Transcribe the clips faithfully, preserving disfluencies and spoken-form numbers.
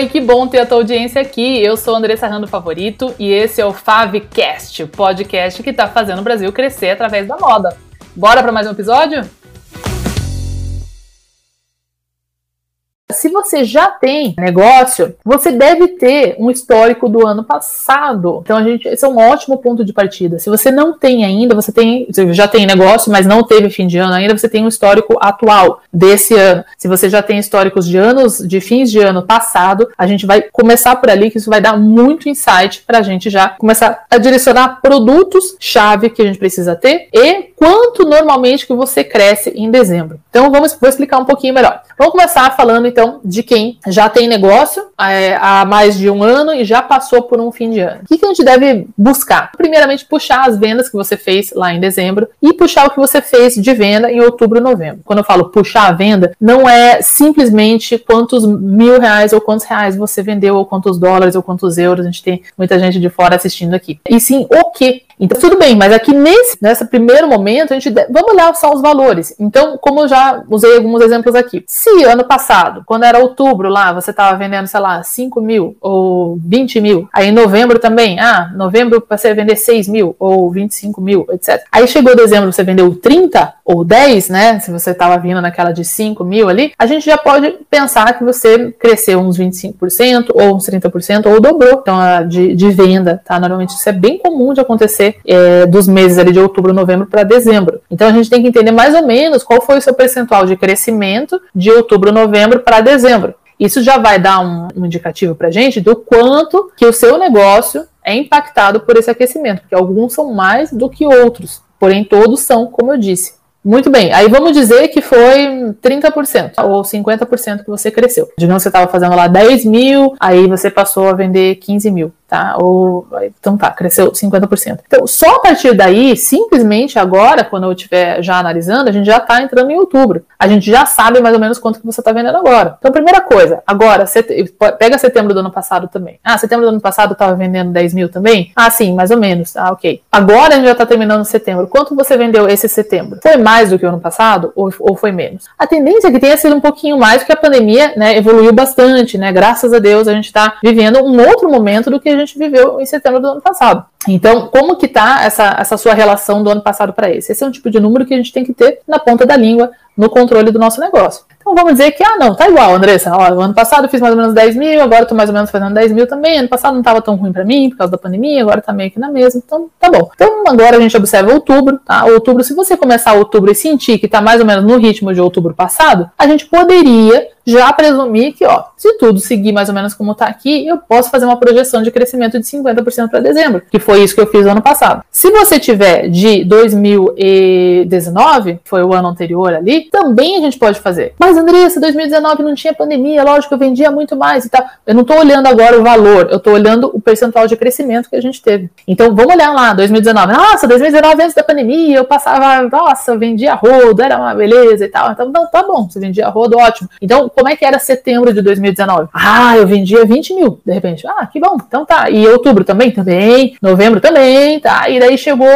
Oi, que bom ter a tua audiência aqui. Eu sou Andressa Rando Favorito e esse é o Favcast, o podcast que tá fazendo o Brasil crescer através da moda. Bora para mais um episódio? Se você já tem negócio, você deve ter um histórico do ano passado. Então, a gente, esse é um ótimo ponto de partida. Se você não tem ainda, você tem, você já tem negócio, mas não teve fim de ano ainda, você tem um histórico atual desse ano. Se você já tem históricos de anos, de fins de ano passado, a gente vai começar por ali, que isso vai dar muito insight para a gente já começar a direcionar produtos-chave que a gente precisa ter e quanto normalmente que você cresce em dezembro. Então, vamos, vou explicar um pouquinho melhor. Vamos começar falando, então, de quem já tem negócio é, há mais de um ano e já passou por um fim de ano. O que, que a gente deve buscar? Primeiramente, puxar as vendas que você fez lá em dezembro e puxar o que você fez de venda em outubro e novembro. Quando eu falo puxar a venda, não é simplesmente quantos mil reais ou quantos reais você vendeu, ou quantos dólares ou quantos euros. A gente tem muita gente de fora assistindo aqui. E sim, o quê? Então, tudo bem, mas aqui nesse, nesse primeiro momento, a gente deve, vamos olhar só os valores. Então, como eu já usei alguns exemplos aqui. Se ano passado, quando era outubro lá, você estava vendendo, sei lá, cinco mil ou vinte mil. Aí em novembro também, ah, novembro você vender seis mil ou vinte e cinco mil, etcétera. Aí chegou dezembro, você vendeu trinta ou dez, né? Se você estava vindo naquela de cinco mil ali, a gente já pode pensar que você cresceu uns vinte e cinco por cento ou uns trinta por cento ou dobrou então, de, de venda, tá? Normalmente isso é bem comum de acontecer É, dos meses ali de outubro, novembro para dezembro. Então a gente tem que entender mais ou menos qual foi o seu percentual de crescimento de outubro, novembro para dezembro. Isso já vai dar um, um indicativo para a gente do quanto que o seu negócio é impactado por esse aquecimento, porque alguns são mais do que outros, porém todos são, como eu disse. Muito bem, aí vamos dizer que foi trinta por cento ou cinquenta por cento que você cresceu. Digamos que você estava fazendo lá dez mil, aí você passou a vender quinze mil, tá? Ou, então tá, cresceu cinquenta por cento. Então, só a partir daí, simplesmente agora, quando eu estiver já analisando, a gente já está entrando em outubro. A gente já sabe mais ou menos quanto que você está vendendo agora. Então, primeira coisa, agora, set... pega setembro do ano passado também. Ah, setembro do ano passado eu estava vendendo dez mil também? Ah, sim, mais ou menos. Ah, ok. Agora a gente já está terminando setembro. Quanto você vendeu esse setembro? Foi mais mais do que o ano passado ou, ou foi menos? A tendência é que tenha sido um pouquinho mais, porque a pandemia, né, evoluiu bastante, né? Graças a Deus a gente está vivendo um outro momento do que a gente viveu em setembro do ano passado. Então, como que tá essa, essa sua relação do ano passado para esse? Esse é um tipo de número que a gente tem que ter na ponta da língua, no controle do nosso negócio. Então vamos dizer que, ah não, tá igual, Andressa, ó, o ano passado eu fiz mais ou menos dez mil, agora eu tô mais ou menos fazendo dez mil também, ano passado não tava tão ruim pra mim por causa da pandemia, agora tá meio que na mesma, então tá bom. Então agora a gente observa outubro, tá? Outubro, se você começar outubro e sentir que tá mais ou menos no ritmo de outubro passado, a gente poderia já presumir que, ó, se tudo seguir mais ou menos como tá aqui, eu posso fazer uma projeção de crescimento de cinquenta por cento para dezembro, que foi isso que eu fiz no ano passado. Se você tiver de dois mil e dezenove, foi o ano anterior ali, também a gente pode fazer. Mas, Andressa, dois mil e dezenove não tinha pandemia, lógico, eu vendia muito mais e tal. Eu não tô olhando agora o valor, eu tô olhando o percentual de crescimento que a gente teve. Então, vamos olhar lá, dois mil e dezenove. Nossa, dois mil e dezenove antes da pandemia, eu passava, nossa, eu vendia rodo, era uma beleza e tal. Então, não, tá bom, você vendia rodo, ótimo. Então, como é que era setembro de dois mil e dezenove? Ah, eu vendia vinte mil, de repente. Ah, que bom, então tá. E outubro também? Também. Novembro também, tá. E daí chegou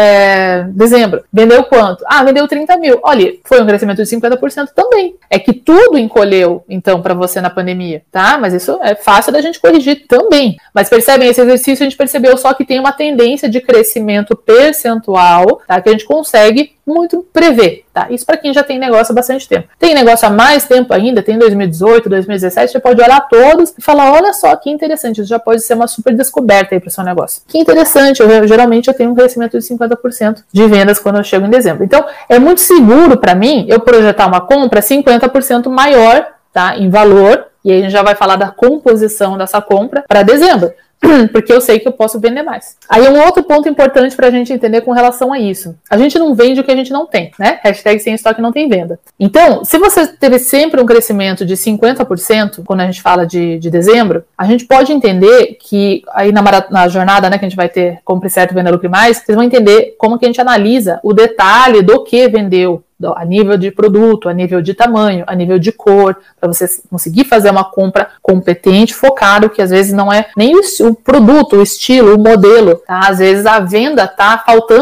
é, dezembro. Vendeu quanto? Ah, vendeu trinta mil. Olha, foi um crescimento de cinquenta por cento também. É que tudo encolheu, então, para você na pandemia, tá? Mas isso é fácil da gente corrigir também. Mas percebem, esse exercício a gente percebeu só que tem uma tendência de crescimento percentual, tá? Que a gente consegue muito prever, tá? Isso para quem já tem negócio há bastante tempo. Tem negócio há mais tempo ainda, tem dois mil e dezoito, dois mil e dezessete, você pode olhar todos e falar, olha só, que interessante, isso já pode ser uma super descoberta aí para o seu negócio. Que interessante, eu, geralmente eu tenho um crescimento de cinquenta por cento de vendas quando eu chego em dezembro. Então, é muito seguro para mim eu projetar uma compra cinquenta por cento maior, tá? Em valor, e aí a gente já vai falar da composição dessa compra para dezembro. Porque eu sei que eu posso vender mais. Aí um outro ponto importante pra gente entender com relação a isso. A gente não vende o que a gente não tem, né? Hashtag sem estoque não tem venda. Então, se você teve sempre um crescimento de cinquenta por cento, quando a gente fala de, de dezembro, a gente pode entender que aí na, na jornada, né, que a gente vai ter compre certo, venda lucre mais, vocês vão entender como que a gente analisa o detalhe do que vendeu, a nível de produto, a nível de tamanho, a nível de cor, para você conseguir fazer uma compra competente, focado, que às vezes não é nem o, o produto, o estilo, o modelo, tá? Às vezes a venda tá faltando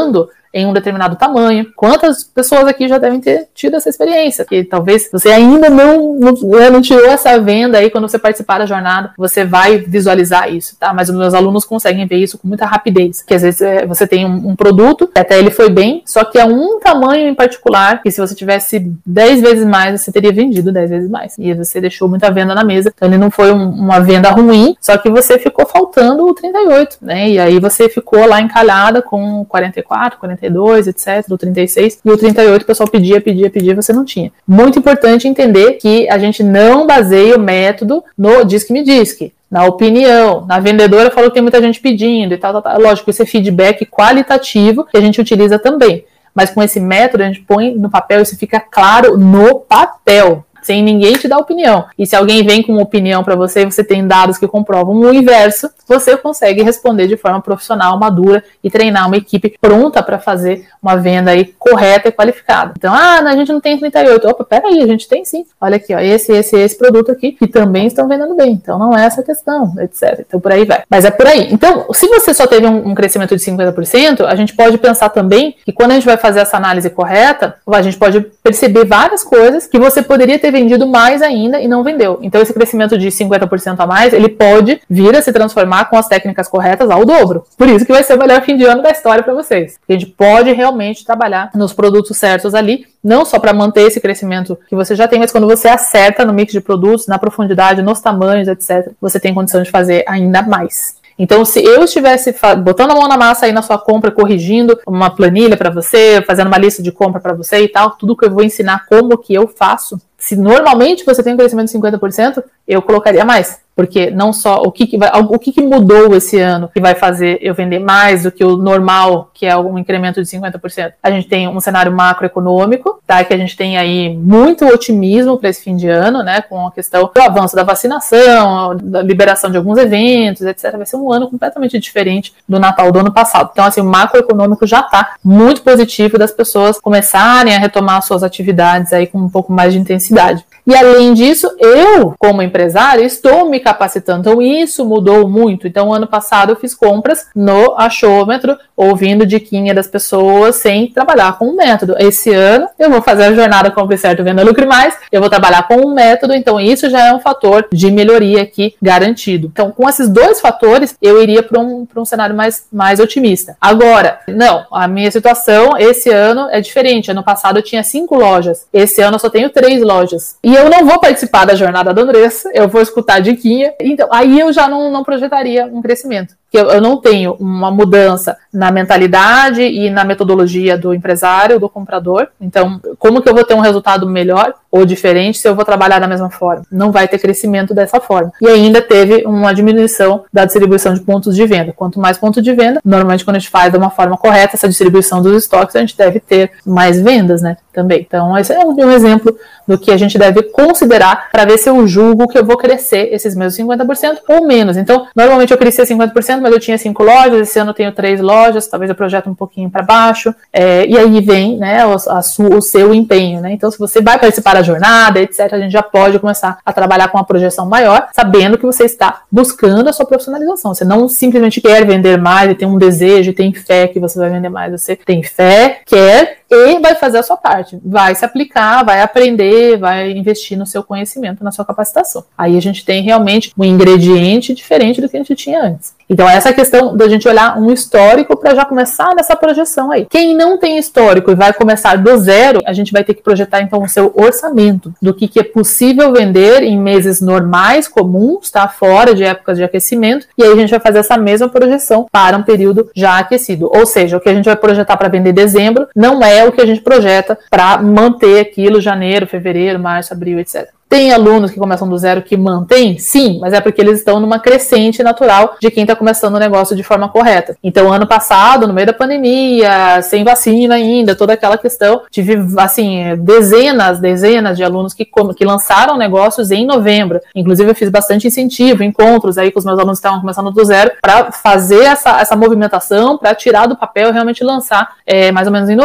em um determinado tamanho. Quantas pessoas aqui já devem ter tido essa experiência? Que talvez você ainda não, não, não tirou essa venda aí, quando você participar da jornada, você vai visualizar isso, tá? Mas os meus alunos conseguem ver isso com muita rapidez, que às vezes é, você tem um, um produto, até ele foi bem, só que é um tamanho em particular, que se você tivesse dez vezes mais, você teria vendido dez vezes mais, e você deixou muita venda na mesa, então ele não foi um, uma venda ruim, só que você ficou faltando o trinta e oito, né? E aí você ficou lá encalhada com quarenta e quatro, quarenta e dois, etcétera, o trinta e seis, e o trinta e oito o pessoal pedia, pedia, pedia, você não tinha. Muito importante entender que a gente não baseia o método no diz-que-me diz-que, na opinião, na vendedora falou que tem muita gente pedindo e tal, tal, tal. Lógico, esse é feedback qualitativo que a gente utiliza também, mas com esse método a gente põe no papel, isso fica claro no papel, sem ninguém te dar opinião. E se alguém vem com uma opinião para você, você tem dados que comprovam o inverso, você consegue responder de forma profissional, madura e treinar uma equipe pronta para fazer uma venda aí correta e qualificada. Então, ah, a gente não tem trinta e oito. Opa, peraí, a gente tem sim. Olha aqui, ó, esse, esse, esse produto aqui, que também estão vendendo bem. Então, não é essa questão, etcétera. Então, por aí vai. Mas é por aí. Então, se você só teve um, um crescimento de cinquenta por cento, a gente pode pensar também que quando a gente vai fazer essa análise correta, a gente pode perceber várias coisas que você poderia ter vendido mais ainda e não vendeu. Então, esse crescimento de cinquenta por cento a mais, ele pode vir a se transformar com as técnicas corretas ao dobro. Por isso que vai ser o melhor fim de ano da história para vocês. Porque a gente pode realmente trabalhar nos produtos certos ali, não só para manter esse crescimento que você já tem, mas quando você acerta no mix de produtos, na profundidade, nos tamanhos, etcétera, você tem condição de fazer ainda mais. Então, se eu estivesse botando a mão na massa aí na sua compra, corrigindo uma planilha para você, fazendo uma lista de compra para você e tal, tudo que eu vou ensinar como que eu faço, se normalmente você tem um crescimento de cinquenta por cento, eu colocaria mais. Porque não só o que, que, vai, o que, que mudou esse ano que vai fazer eu vender mais do que o normal, que é um incremento de cinquenta por cento. A gente tem um cenário macroeconômico, tá? Que a gente tem aí muito otimismo para esse fim de ano, né? Com a questão do avanço da vacinação, da liberação de alguns eventos, etcétera. Vai ser um ano completamente diferente do Natal do ano passado. Então, assim, o macroeconômico já está muito positivo das pessoas começarem a retomar suas atividades aí com um pouco mais de intensidade. E além disso, eu, como empresária, estou me capacitando. Então, isso mudou muito. Então, ano passado eu fiz compras no achômetro, ouvindo diquinha das pessoas, sem trabalhar com um método. Esse ano, eu vou fazer a jornada Compre Certo, Venda Lucre Mais, eu vou trabalhar com um método, então isso já é um fator de melhoria aqui garantido. Então, com esses dois fatores, eu iria para um, para um cenário mais, mais otimista. Agora, não, a minha situação esse ano é diferente. Ano passado eu tinha cinco lojas, esse ano eu só tenho três lojas. E eu não vou participar da jornada da Andressa, eu vou escutar a diquinha, então aí eu já não, não projetaria um crescimento. Eu, eu não tenho uma mudança na mentalidade e na metodologia do empresário, do comprador. Então, como que eu vou ter um resultado melhor ou diferente se eu vou trabalhar da mesma forma? Não vai ter crescimento dessa forma. E ainda teve uma diminuição da distribuição de pontos de venda. Quanto mais pontos de venda, normalmente quando a gente faz de uma forma correta essa distribuição dos estoques, a gente deve ter mais vendas, né? Também. Então, esse é um exemplo do que a gente deve considerar para ver se eu julgo que eu vou crescer esses meus cinquenta por cento ou menos. Então, normalmente eu crescia cinquenta por cento, mas eu tinha cinco lojas, esse ano eu tenho três lojas, talvez eu projete um pouquinho para baixo, é, e aí vem, né, o, a su, o seu empenho, né? Então, se você vai participar da jornada, etcétera, a gente já pode começar a trabalhar com uma projeção maior, sabendo que você está buscando a sua profissionalização. Você não simplesmente quer vender mais e tem um desejo, e tem fé que você vai vender mais. Você tem fé, quer e vai fazer a sua parte. Vai se aplicar, vai aprender, vai investir no seu conhecimento, na sua capacitação. Aí a gente tem realmente um ingrediente diferente do que a gente tinha antes. Então, essa questão da gente olhar um histórico para já começar nessa projeção aí. Quem não tem histórico e vai começar do zero, a gente vai ter que projetar, então, o seu orçamento do que, que é possível vender em meses normais, comuns, tá? Fora de épocas de aquecimento. E aí a gente vai fazer essa mesma projeção para um período já aquecido. Ou seja, o que a gente vai projetar para vender em dezembro não é o que a gente projeta para manter aquilo janeiro, fevereiro, março, abril, etcétera. Tem alunos que começam do zero que mantêm? Sim, mas é porque eles estão numa crescente natural de quem está começando o negócio de forma correta. Então, ano passado, no meio da pandemia, sem vacina ainda, toda aquela questão, tive, assim, dezenas, dezenas de alunos que, que lançaram negócios em novembro. Inclusive, eu fiz bastante incentivo, encontros aí com os meus alunos que estavam começando do zero, para fazer essa, essa movimentação, para tirar do papel e realmente lançar é, mais ou menos em novembro.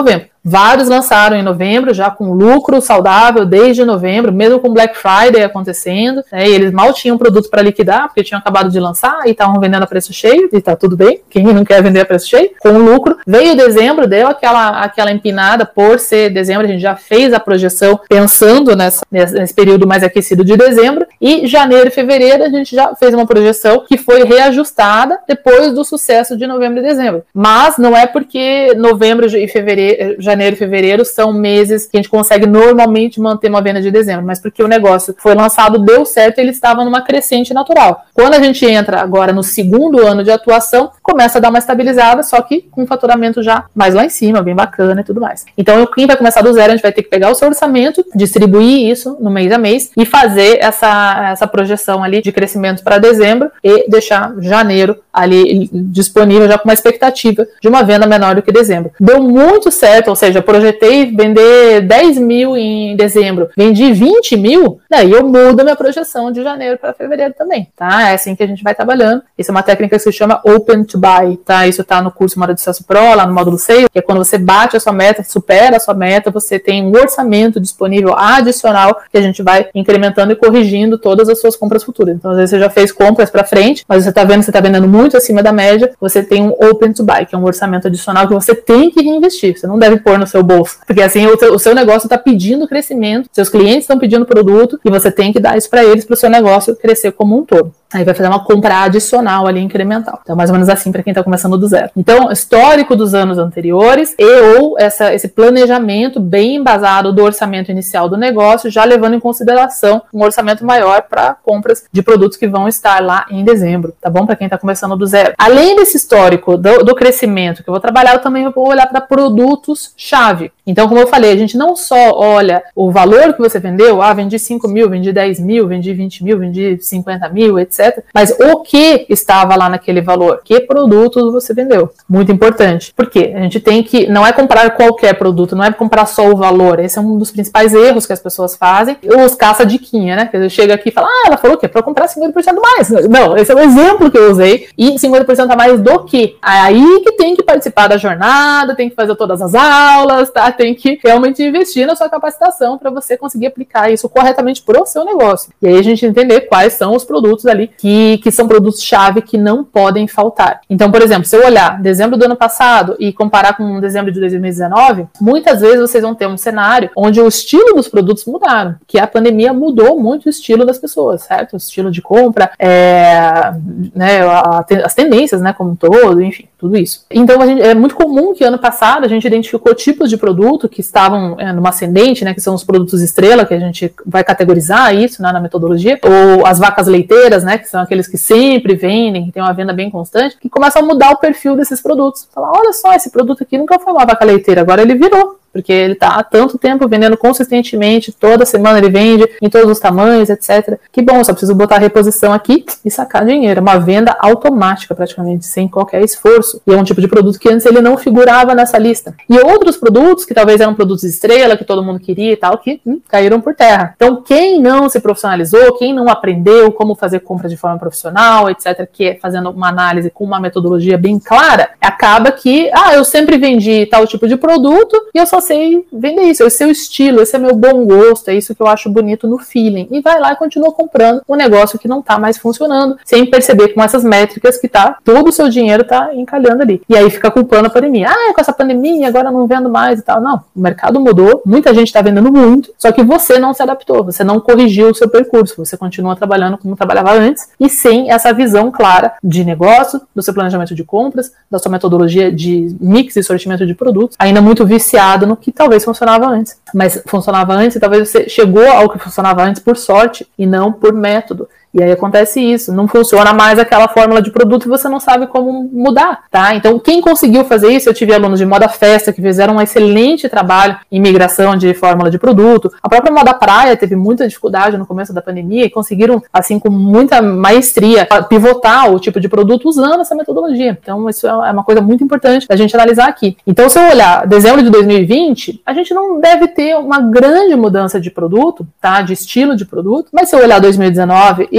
Vários lançaram em novembro, já com lucro saudável desde novembro, mesmo com Black Friday acontecendo, né, e eles mal tinham produto para liquidar, porque tinham acabado de lançar e estavam vendendo a preço cheio, e tá tudo bem, quem não quer vender a preço cheio, com lucro. Veio dezembro, deu aquela, aquela empinada por ser dezembro, a gente já fez a projeção pensando nessa, nesse período mais aquecido de dezembro, e janeiro e fevereiro a gente já fez uma projeção que foi reajustada depois do sucesso de novembro e dezembro. Mas não é porque novembro e fevereiro, janeiro e fevereiro são meses que a gente consegue normalmente manter uma venda de dezembro, mas porque o negócio foi lançado, deu certo e ele estava numa crescente natural. Quando a gente entra agora no segundo ano de atuação, começa a dar uma estabilizada, só que com faturamento já mais lá em cima, bem bacana e tudo mais. Então, quem vai começar do zero, a gente vai ter que pegar o seu orçamento, distribuir isso no mês a mês e fazer essa, essa projeção ali de crescimento para dezembro e deixar janeiro ali disponível já com uma expectativa de uma venda menor do que dezembro. Deu muito certo, ou seja, projetei vender dez mil em dezembro, vendi vinte mil, daí eu mudo a minha projeção de janeiro para fevereiro também, tá? É assim que a gente vai trabalhando. Isso é uma técnica que se chama Open to Buy, tá? Isso tá no curso Moda de Sucesso Pro, lá no módulo seis, que é quando você bate a sua meta, supera a sua meta, você tem um orçamento disponível adicional que a gente vai incrementando e corrigindo todas as suas compras futuras. Então, às vezes você já fez compras para frente, mas você tá vendo que você tá vendendo muito acima da média, você tem um Open to Buy, que é um orçamento adicional que você tem que reinvestir, você não deve pôr no seu bolso, porque assim o seu, o seu negócio está pedindo crescimento, seus clientes estão pedindo produto e você tem que dar isso para eles, para o seu negócio crescer como um todo. Aí vai fazer uma compra adicional ali, incremental. Então, mais ou menos assim para quem está começando do zero. Então, histórico dos anos anteriores e ou essa, esse planejamento bem embasado do orçamento inicial do negócio, já levando em consideração um orçamento maior para compras de produtos que vão estar lá em dezembro, tá bom? Para quem está começando do zero. Além desse histórico do, do crescimento que eu vou trabalhar, eu também vou olhar para produtos-chave. Então, como eu falei, a gente não só olha o valor que você vendeu, ah, vendi cinco mil, vendi dez mil, vendi vinte mil, vendi cinquenta mil, etcétera. Mas o que estava lá naquele valor? Que produtos você vendeu? Muito importante. Por quê? A gente tem que, não é comprar qualquer produto, não é comprar só o valor. Esse é um dos principais erros que as pessoas fazem. Os caça-diquinha, né? Que chega aqui e fala, ah, ela falou o quê? Para comprar cinquenta por cento mais. Não, esse é o exemplo que eu usei. E cinquenta por cento a mais do quê? Aí que tem que participar da jornada, tem que fazer todas as aulas, tá? Tem que realmente investir na sua capacitação para você conseguir aplicar isso corretamente para o seu negócio. E aí a gente entender quais são os produtos ali que, que são produtos-chave que não podem faltar. Então, por exemplo, se eu olhar dezembro do ano passado e comparar com dezembro de dois mil e dezenove, muitas vezes vocês vão ter um cenário onde o estilo dos produtos mudaram, que a pandemia mudou muito o estilo das pessoas, certo? O estilo de compra, é, né, a, as tendências, né, como um todo, enfim, tudo isso. Então, a gente, é muito comum que ano passado a gente identificou tipos de produto que estavam é, numa ascendente, né, que são os produtos estrela, que a gente vai categorizar isso, né, na metodologia, ou as vacas leiteiras, né, que são aqueles que sempre vendem, que tem uma venda bem constante, que começam a mudar o perfil desses produtos. Falar, olha só, esse produto aqui nunca foi uma vaca leiteira, agora ele virou. Porque ele está há tanto tempo vendendo consistentemente, toda semana ele vende, em todos os tamanhos, etcétera. Que bom, só preciso botar a reposição aqui e sacar dinheiro. É uma venda automática, praticamente, sem qualquer esforço. E é um tipo de produto que antes ele não figurava nessa lista. E outros produtos, que talvez eram produtos estrela, que todo mundo queria e tal, que hum, caíram por terra. Então, quem não se profissionalizou, quem não aprendeu como fazer compra de forma profissional, etcétera, que é fazendo uma análise com uma metodologia bem clara, acaba que, ah, eu sempre vendi tal tipo de produto e eu só sei vender isso, esse é o estilo, esse é meu bom gosto, é isso que eu acho bonito no feeling, e vai lá e continua comprando um negócio que não tá mais funcionando, sem perceber com essas métricas que tá, todo o seu dinheiro tá encalhando ali, e aí fica culpando a pandemia, ah, com essa pandemia agora eu não vendo mais e tal. Não, o mercado mudou, muita gente tá vendendo muito, só que você não se adaptou, você não corrigiu o seu percurso, você continua trabalhando como trabalhava antes, e sem essa visão clara de negócio, do seu planejamento de compras, da sua metodologia de mix e sortimento de produtos, ainda muito viciado no que talvez funcionava antes. Mas funcionava antes e talvez você chegou ao que funcionava antes por sorte e não por método. E aí acontece isso, não funciona mais aquela fórmula de produto e você não sabe como mudar, tá? Então, quem conseguiu fazer isso, eu tive alunos de moda festa que fizeram um excelente trabalho em migração de fórmula de produto. A própria moda praia teve muita dificuldade no começo da pandemia e conseguiram, assim, com muita maestria, pivotar o tipo de produto usando essa metodologia. Então, isso é uma coisa muito importante da gente analisar aqui. Então, se eu olhar dezembro de dois mil e vinte, a gente não deve ter uma grande mudança de produto, tá? De estilo de produto, mas se eu olhar dois mil e dezenove e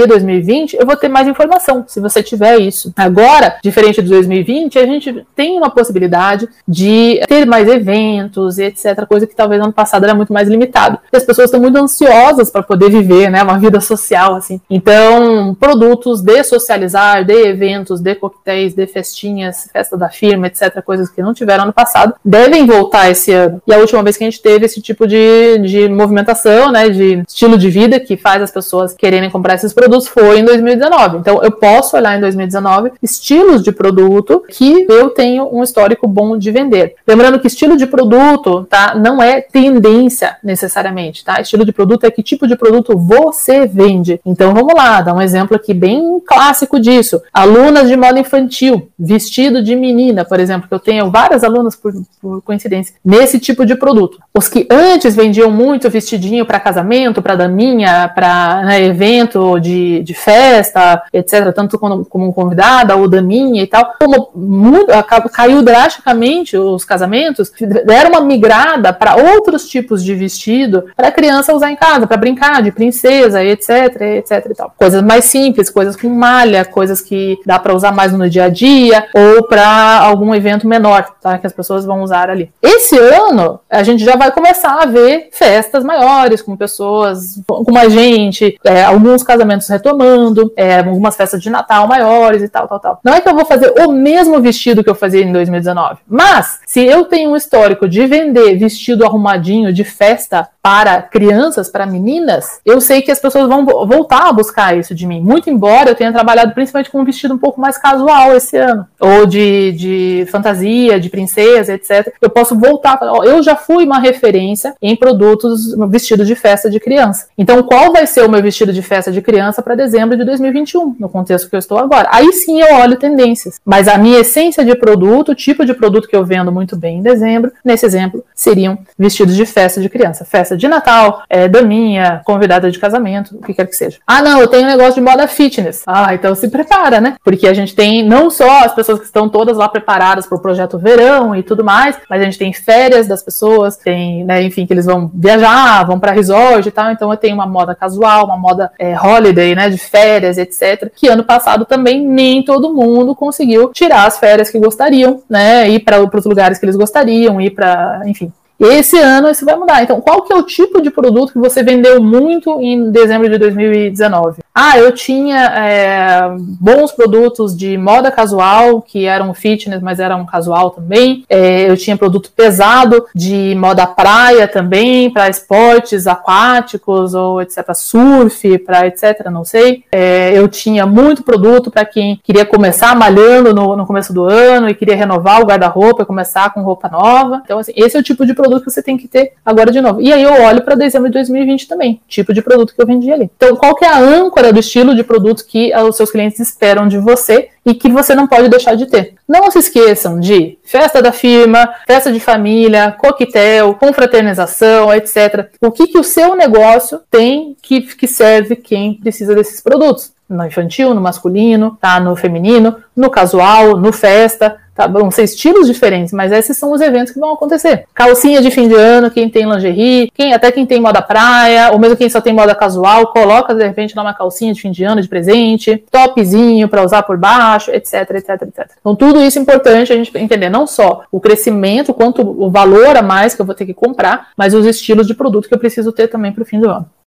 dois mil e vinte, eu vou ter mais informação, se você tiver isso. Agora, diferente de dois mil e vinte, a gente tem uma possibilidade de ter mais eventos e etcétera, coisa que talvez no ano passado era muito mais limitado. E as pessoas estão muito ansiosas para poder viver, né, uma vida social, assim. Então, produtos de socializar, de eventos, de coquetéis, de festinhas, festa da firma, etcétera, coisas que não tiveram ano passado, devem voltar esse ano. E a última vez que a gente teve esse tipo de, de movimentação, né, de estilo de vida que faz as pessoas quererem comprar esses produtos foi em dois mil e dezenove. Então, eu posso olhar em dois mil e dezenove estilos de produto que eu tenho um histórico bom de vender. Lembrando que estilo de produto, tá, não é tendência necessariamente, tá? Estilo de produto é que tipo de produto você vende. Então, vamos lá, dar um exemplo aqui bem clássico disso. Alunas de moda infantil, vestido de menina, por exemplo, que eu tenho várias alunas por, por coincidência, nesse tipo de produto. Os que antes vendiam muito vestidinho para casamento, para daminha, para, né, evento de, de festa, etcétera, tanto como, como convidada ou daminha e tal, como muito, caiu drasticamente os casamentos, deram uma migrada para outros tipos de vestido para a criança usar em casa, para brincar de princesa, etc, etc e tal. Coisas mais simples, coisas com malha, coisas que dá para usar mais no dia a dia ou para algum evento menor, tá, que as pessoas vão usar ali. Esse ano, a gente já vai começar a ver festas maiores, com pessoas, com mais gente, é, alguns casamentos retomando, é, algumas festas de Natal maiores e tal, tal, tal. Não é que eu vou fazer o mesmo vestido que eu fazia em dois mil e dezenove, mas se eu tenho um histórico de vender vestido arrumadinho de festa para crianças, para meninas, eu sei que as pessoas vão voltar a buscar isso de mim, muito embora eu tenha trabalhado principalmente com um vestido um pouco mais casual esse ano, ou de, de fantasia, de princesa, etcétera. Eu posso voltar, ó, eu já fui uma referência em produtos, vestido de festa de criança. Então, qual vai ser o meu vestido de festa de criança para dezembro de dois mil e vinte e um, no contexto que eu estou agora? Aí sim eu olho tendências, mas a minha essência de produto, o tipo de produto que eu vendo muito bem em dezembro, nesse exemplo, seriam vestidos de festa de criança, festa de Natal, é, daminha, convidada de casamento, o que quer que seja. Ah, não, eu tenho um negócio de moda fitness. Ah, então se prepara, né? Porque a gente tem não só as pessoas que estão todas lá preparadas para o projeto verão e tudo mais, mas a gente tem férias das pessoas, tem, né, enfim, que eles vão viajar, vão para resort e tal, então eu tenho uma moda casual, uma moda é, holiday, né, de férias, etcétera, que ano passado também nem todo mundo conseguiu tirar as férias que gostariam, né, ir para os lugares que eles gostariam, ir para, enfim. E esse ano isso vai mudar. Então, qual que é o tipo de produto que você vendeu muito em dezembro de dois mil e dezenove? Ah, eu tinha é, bons produtos de moda casual, que eram fitness, mas eram casual também. É, eu tinha produto pesado de moda praia também, para esportes aquáticos, ou etcétera, surf, para etcétera, não sei. É, eu tinha muito produto para quem queria começar malhando no, no começo do ano e queria renovar o guarda-roupa e começar com roupa nova. Então, assim, esse é o tipo de produto que você tem que ter agora de novo. E aí eu olho para dezembro de dois mil e vinte também, tipo de produto que eu vendi ali. Então, qual que é a âncora do estilo de produto que os seus clientes esperam de você e que você não pode deixar de ter? Não se esqueçam de festa da firma, festa de família, coquetel, confraternização, etcétera. O que que o seu negócio tem que, que serve quem precisa desses produtos? No infantil, no masculino, tá? No feminino, no casual, no festa. Tá, vão ser estilos diferentes, mas esses são os eventos que vão acontecer. Calcinha de fim de ano, quem tem lingerie, quem, até quem tem moda praia, ou mesmo quem só tem moda casual, coloca de repente lá uma calcinha de fim de ano de presente, topzinho para usar por baixo, etc, etc, etcétera. Então tudo isso é importante a gente entender, não só o crescimento, quanto o valor a mais que eu vou ter que comprar, mas os estilos de produto que eu preciso ter também para o fim do ano.